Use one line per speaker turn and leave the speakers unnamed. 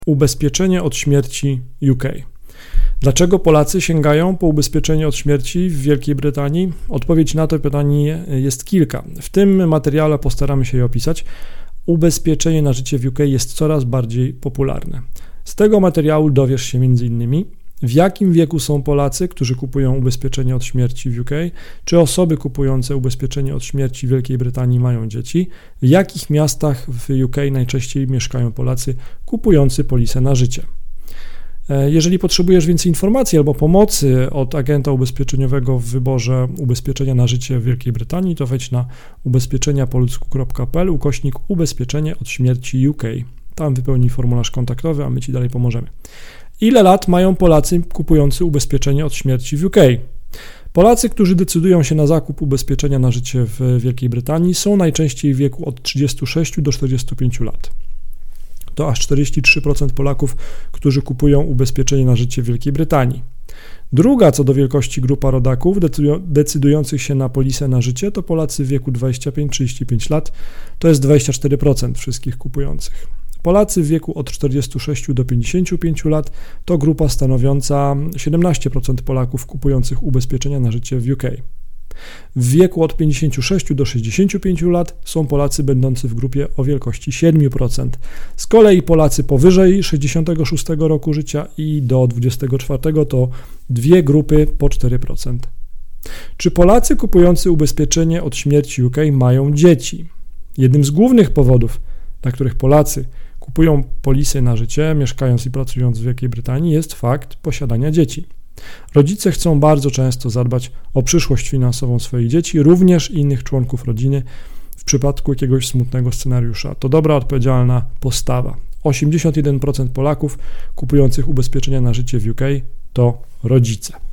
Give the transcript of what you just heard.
Ubezpieczenie od śmierci UK. Dlaczego Polacy sięgają po ubezpieczenie od śmierci w Wielkiej Brytanii? Odpowiedź na to pytanie jest kilka. W tym materiale postaramy się je opisać. Ubezpieczenie na życie w UK jest coraz bardziej popularne. Z tego materiału dowiesz się m.in. w jakim wieku są Polacy, którzy kupują ubezpieczenie od śmierci w UK, czy osoby kupujące ubezpieczenie od śmierci w Wielkiej Brytanii mają dzieci, w jakich miastach w UK najczęściej mieszkają Polacy kupujący polisę na życie. Jeżeli potrzebujesz więcej informacji albo pomocy od agenta ubezpieczeniowego w wyborze ubezpieczenia na życie w Wielkiej Brytanii, to wejdź na ubezpieczeniapoludzku.pl/ubezpieczenie od śmierci UK. Tam wypełnij formularz kontaktowy, a my Ci dalej pomożemy. Ile lat mają Polacy kupujący ubezpieczenie od śmierci w UK? Polacy, którzy decydują się na zakup ubezpieczenia na życie w Wielkiej Brytanii, są najczęściej w wieku od 36 do 45 lat. To aż 43% Polaków, którzy kupują ubezpieczenie na życie w Wielkiej Brytanii. Druga co do wielkości grupa rodaków decydujących się na polisę na życie to Polacy w wieku 25-35 lat, to jest 24% wszystkich kupujących. Polacy w wieku od 46 do 55 lat to grupa stanowiąca 17% Polaków kupujących ubezpieczenia na życie w UK. W wieku od 56 do 65 lat są Polacy będący w grupie o wielkości 7%. Z kolei Polacy powyżej 66 roku życia i do 24 to dwie grupy po 4%. Czy Polacy kupujący ubezpieczenie od śmierci UK mają dzieci? Jednym z głównych powodów, dla których Polacy kupują polisy na życie, mieszkając i pracując w Wielkiej Brytanii, jest fakt posiadania dzieci. Rodzice chcą bardzo często zadbać o przyszłość finansową swoich dzieci, również innych członków rodziny w przypadku jakiegoś smutnego scenariusza. To dobra, odpowiedzialna postawa. 81% Polaków kupujących ubezpieczenia na życie w UK to rodzice.